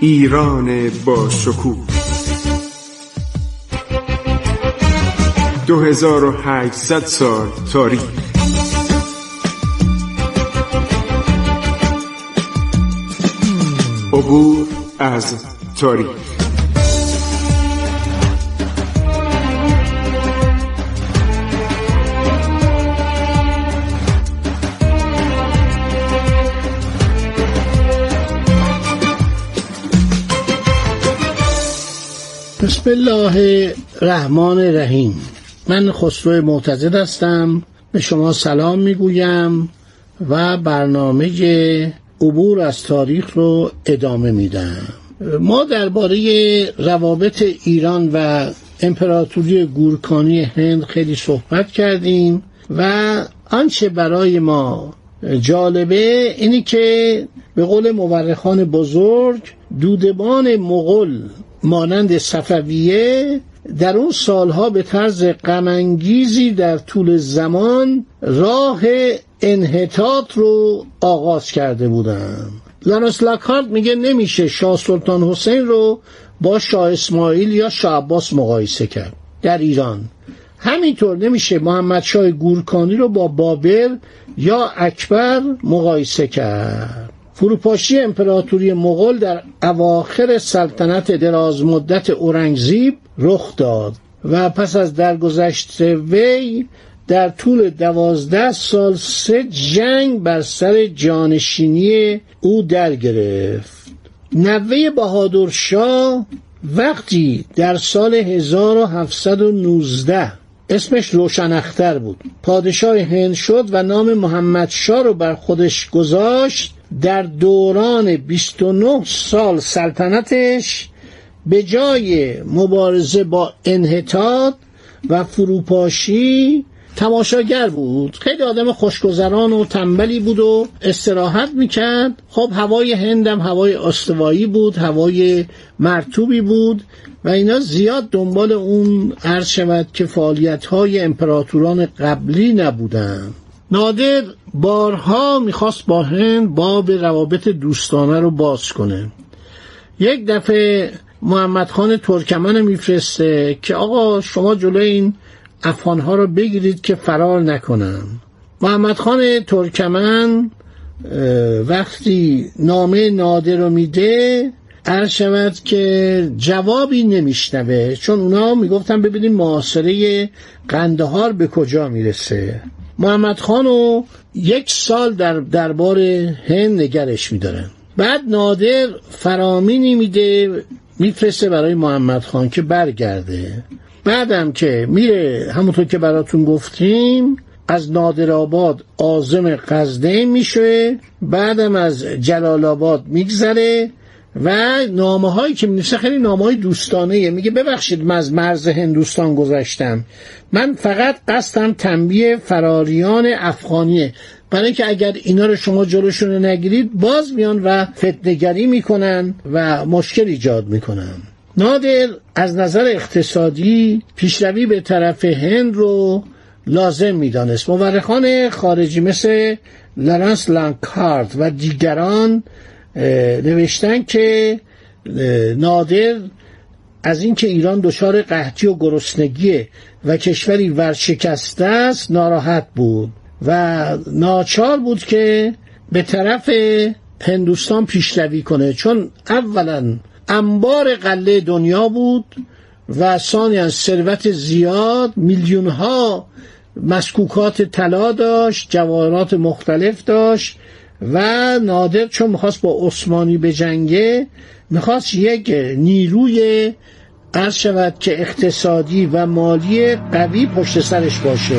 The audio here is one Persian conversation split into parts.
ایران با شکوه 2800 سال تاریخ. عبور از تاریخ. بسم الله الرحمن الرحیم. من خسرو معتضد هستم، به شما سلام میگویم و برنامه عبور از تاریخ رو ادامه میدم. ما درباره روابط ایران و امپراتوری گورکانی هند خیلی صحبت کردیم و آنچه برای ما جالبه اینی که به قول مورخان بزرگ دودمان مغول مانند صفویه در اون سالها به طرز غم‌انگیزی در طول زمان راه انحطاط رو آغاز کرده بودن. لارنس لاکارت میگه نمیشه شاه سلطان حسین رو با شاه اسماعیل یا شاه عباس مقایسه کرد در ایران. همینطور نمیشه محمد شاه گورکانی رو با بابر یا اکبر مقایسه کرد. فروپاشی امپراتوری مغول در اواخر سلطنت دراز مدت اورنگزیب رخ داد و پس از درگذشت وی در طول 12 سال 3 جنگ بر سر جانشینی او در گرفت. نوه بهادرشاه وقتی در سال 1719 اسمش روشناختر بود پادشاه هند شد و نام محمد شاه رو بر خودش گذاشت، در دوران 29 سال سلطنتش به جای مبارزه با انحطاط و فروپاشی تماشاگر بود. خیلی آدم خوشگذران و تنبلی بود و استراحت میکرد. خب هوای هندم هوای استوایی بود، هوای مرطوبی بود و اینا زیاد دنبال اون عرض شود که فعالیت‌های امپراتوران قبلی نبودن. نادر بارها میخواست با هند باب روابط دوستانه رو باز کنه. یک دفعه محمد خان ترکمن میفرسته که آقا شما جلوی این افغانها رو بگیرید که فرار نکنن. محمد خان ترکمن وقتی نامه نادر رو میده عرض شود که جوابی نمیشنوه، چون اونا میگفتن ببینیم محاصره قندهار به کجا میرسه. محمد خانو 1 سال در دربار هند نگرش میدارن. بعد نادر فرامینی میده میفرسته برای محمد خان که برگرده. بعدم که میره همونطور که براتون گفتیم از نادرآباد عازم غزنین میشه، بعدم از جلال آباد میگذره و نامه هایی که می‌نویسه خیلی نامه های دوستانه. میگه ببخشید من از مرز هندوستان گذشتم، من فقط قصدم تنبیه فراریان افغانیه، برای اینکه اگر اینا رو شما جلوشون نگیرید باز میان و فتنه‌گری میکنن و مشکل ایجاد میکنن. نادر از نظر اقتصادی پیشروی به طرف هند رو لازم میدانست. مورخان خارجی مثل لارنس لاکارت و دیگران نوشتن که نادر از اینکه ایران دچار قحطی و گرسنگی و کشوری ورشکسته است ناراحت بود و ناچار بود که به طرف هندوستان پیشروی کنه، چون اولا انبار غله دنیا بود و ثانیاً ثروت زیاد، میلیون‌ها مسکوکات طلا داشت، جواهرات مختلف داشت و نادر چون میخواست با عثمانی بجنگه میخواست یک نیروی عرض شود که اقتصادی و مالی قوی پشت سرش باشه.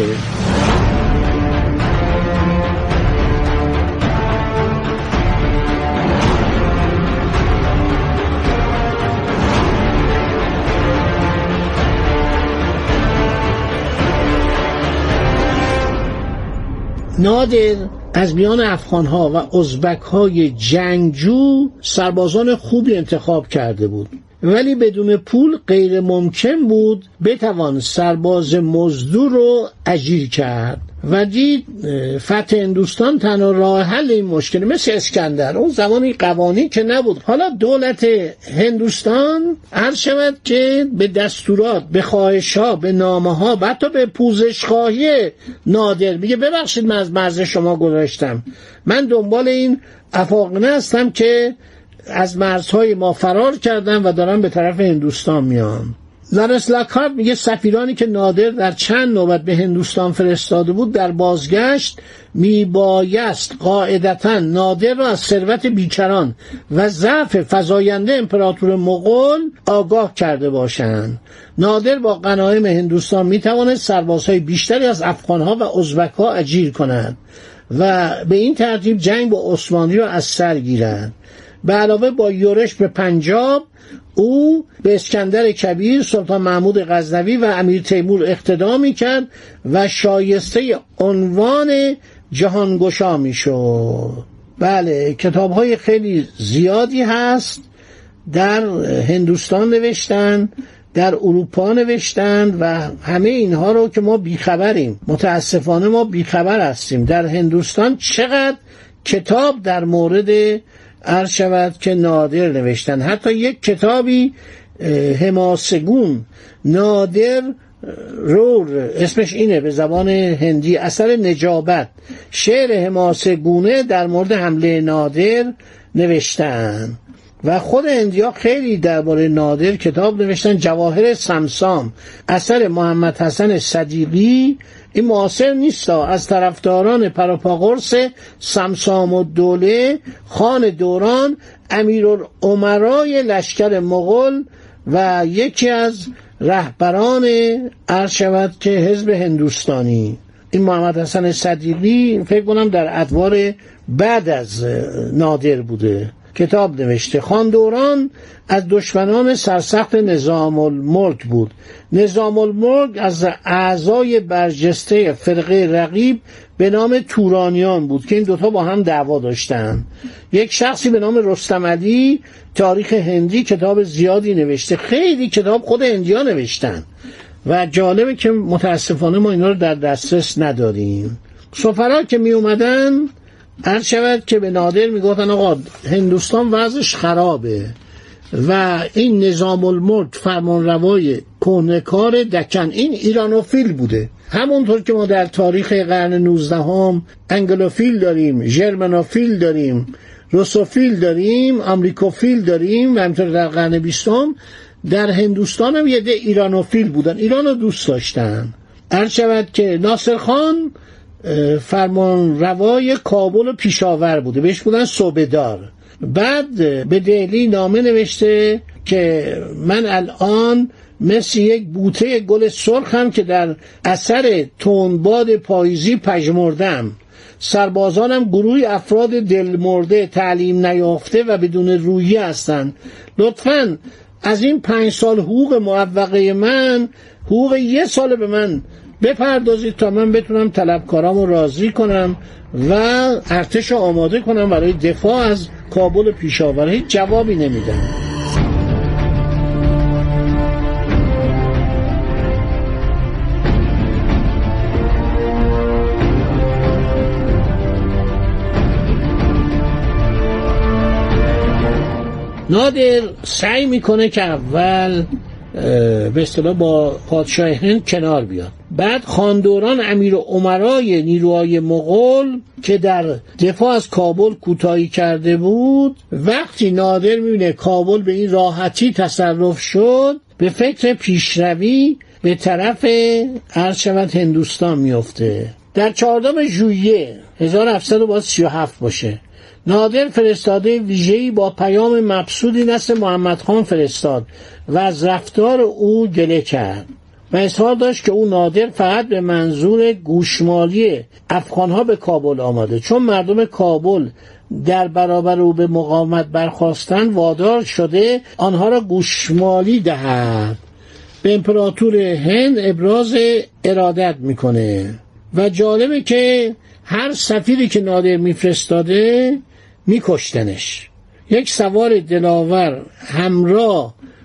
نادر از میان افغانها و ازبکهای جنگجو سربازان خوبی انتخاب کرده بود. ولی بدون پول غیر ممکن بود بتوان سرباز مزدور رو اجیر کرد و دید فتح هندوستان تنها راه حل این مشکل. مثل اسکندر اون زمانی قوانین که نبود. حالا دولت هندوستان عرض شود که به دستورات، به خواهش‌ها، به نامه‌ها و حتی به پوزش‌خواهی نادر میگه ببخشید من از مرز شما گذاشتم، من دنبال این افاقنه هستم که از مرزهای ما فرار کردم و دارم به طرف هندوستان میام. لارنس لاکارت میگه سفیرانی که نادر در چند نوبت به هندوستان فرستاده بود در بازگشت میبایست قاعدتاً نادر را از ثروت بیکران و ضعف فزاینده امپراتور مغول آگاه کرده باشند. نادر با غنایم هندوستان میتواند سربازهای بیشتری از افغانها و ازبکها اجیر کند و به این ترتیب جنگ با عثمانی را از سر گیرد. به علاوه با یورش به پنجاب او به اسکندر کبیر، سلطان محمود غزنوی و امیر تیمور اقتدا می‌کرد و شایسته عنوان جهانگشا میشد. بله، کتاب‌های خیلی زیادی هست در هندوستان نوشتن، در اروپا نوشتن و همه اینها رو که ما بیخبریم. متاسفانه ما بیخبر هستیم. در هندوستان چقدر کتاب در مورد عرض شود که نادر نوشتن. حتی یک کتابی حماسگون نادر رور اسمش اینه به زبان هندی، اثر نجابت، شعر حماسگونه در مورد حمله نادر نوشتن و خود هندیا خیلی درباره نادر کتاب نوشتن. جواهر سمسام اثر محمد حسن صدیقی، این معاصر نیست، از طرفداران پروپاگورس سمسام الدوله خان دوران، امیرالامرای لشکر مغول و یکی از رهبران عرض شود که حزب هندوستانی. این محمد حسن صدیقی فکر کنم در ادوار بعد از نادر بوده، کتاب نوشته. خان دوران از دشمنان سرسخت نظام الملک بود. نظام الملک از اعضای برجسته فرقه رقیب به نام تورانیان بود که این دوتا با هم دعوا داشتن. یک شخصی به نام رستم علی تاریخ هندی کتاب زیادی نوشته. خیلی کتاب خود هندی‌ها نوشتن و جالبه که متاسفانه ما اینا رو در دسترس نداریم. سفرا که می اومدن عرض شود که به نادر میگفتن آقا هندوستان وضعش خرابه و این نظام الملک فرمانروای کهنه‌کار دکن، این ایرانوفیل بوده. همونطور که ما در تاریخ قرن 19 انگلوفیل داریم، ژرمنوفیل داریم، روسوفیل داریم، آمریکوفیل داریم و همینطور در قرن 20 در هندوستان هم یه ده ایرانوفیل بودن، ایران رو دوست داشتن. عرض شود که ناصر خان فرمان روای کابل و پیشاور بوده، بهش بودن صوبه‌دار. بعد به دهلی نامه نوشته که من الان مثل یک بوته گل سرخم که در اثر تندباد پاییزی پژمردم. سربازانم گروهی افراد دلمرده، تعلیم نیافته و بدون روحیه هستند. لطفاً از این 5 سال حقوق معوقه من، حقوق 1 سال به من بپردازید تا من بتونم طلبکارامو راضی کنم و ارتش رو آماده کنم برای دفاع از کابل پیشاور. هیچ جوابی نمیدن. نادر سعی میکنه که اول به اصطلاح با پادشاه هند کنار بیاد. بعد خاندوران امیرالامرای نیروهای مغول که در دفاع از کابل کوتاهی کرده بود، وقتی نادر میبینه کابل به این راحتی تصرف شد، به فکر پیشروی به طرف عرض شود هندوستان میفته. در 14 ژوئیه 1737 باشه، نادر فرستاده ویژه‌ای با پیام مبسوطی نزد محمد خان فرستاد و از رفتار او گله کرد و اظهار داشت که او نادر فقط به منظور گوشمالی افغانها به کابل آمده، چون مردم کابل در برابر او به مقاومت برخاستن وادار شده آنها را گوشمالی دهد. به امپراتور هند ابراز ارادت میکنه و جالبه که هر سفیری که نادر میفرستاده میکشتنش. یک سوار دلاور همراه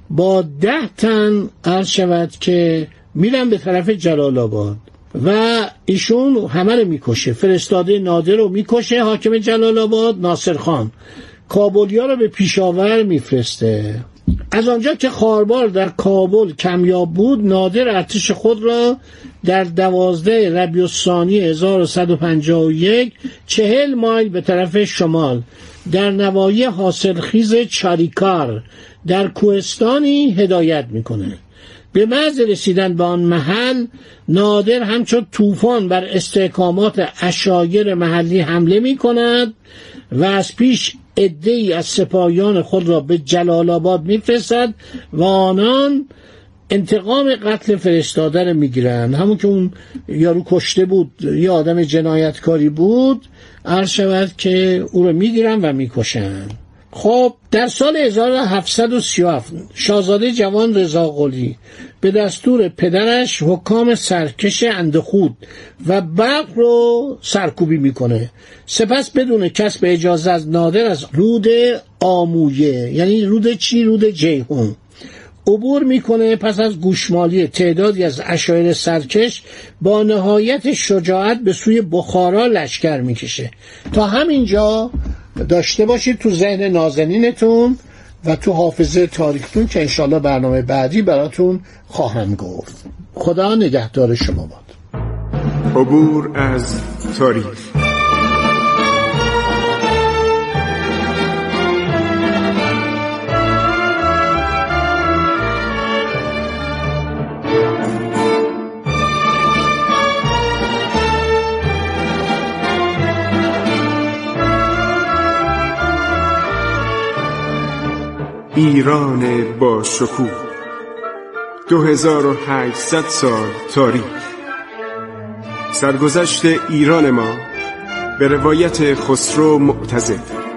با 10 تن عرض شود که میرن به طرف جلال آباد و ایشون همه رو میکشه. فرستاده نادر رو میکشه حاکم جلال آباد ناصر خان، کابلیا رو به پیشاور میفرسته. از آنجا که خاربار در کابل کمیاب بود، نادر ارتش خود را در 12 ربیع الثانی 1151 40 مایل به طرف شمال در نواحی حاصلخیز چاریکار در کوهستانی هدایت میکنه. به محض رسیدن به آن محل، نادر همچون طوفان بر استحکامات عشایر محلی حمله می کند و از پیش عده‌ای از سپاهیان خود را به جلال آباد می‌فرستد و آنان انتقام قتل فرستاده را می‌گیرند. همون که اون یارو کشته بود، یه آدم جنایتکاری بود، عرض شود که او رو می‌گیرن و می‌کشن. خب در سال 1737 شاهزاده جوان رضاقلی به دستور پدرش حکام سرکش اندخود و بلخ رو سرکوبی میکنه. سپس بدون کسب اجازه از نادر از رود آمویه، یعنی رود چی؟ رود جیهون عبور میکنه. پس از گوشمالی تعدادی از عشایر سرکش با نهایت شجاعت به سوی بخارا لشکر میکشه. تا همینجا داشته باشید تو ذهن نازنینتون و تو حافظه تاریختون که انشالله برنامه بعدی براتون خواهم گفت. خدا نگهدار شما باد. عبور از تاریخ. ایران با شکوه، 2800 سال تاریخ. سرگذشت ایران ما به روایت خسرو معتضد.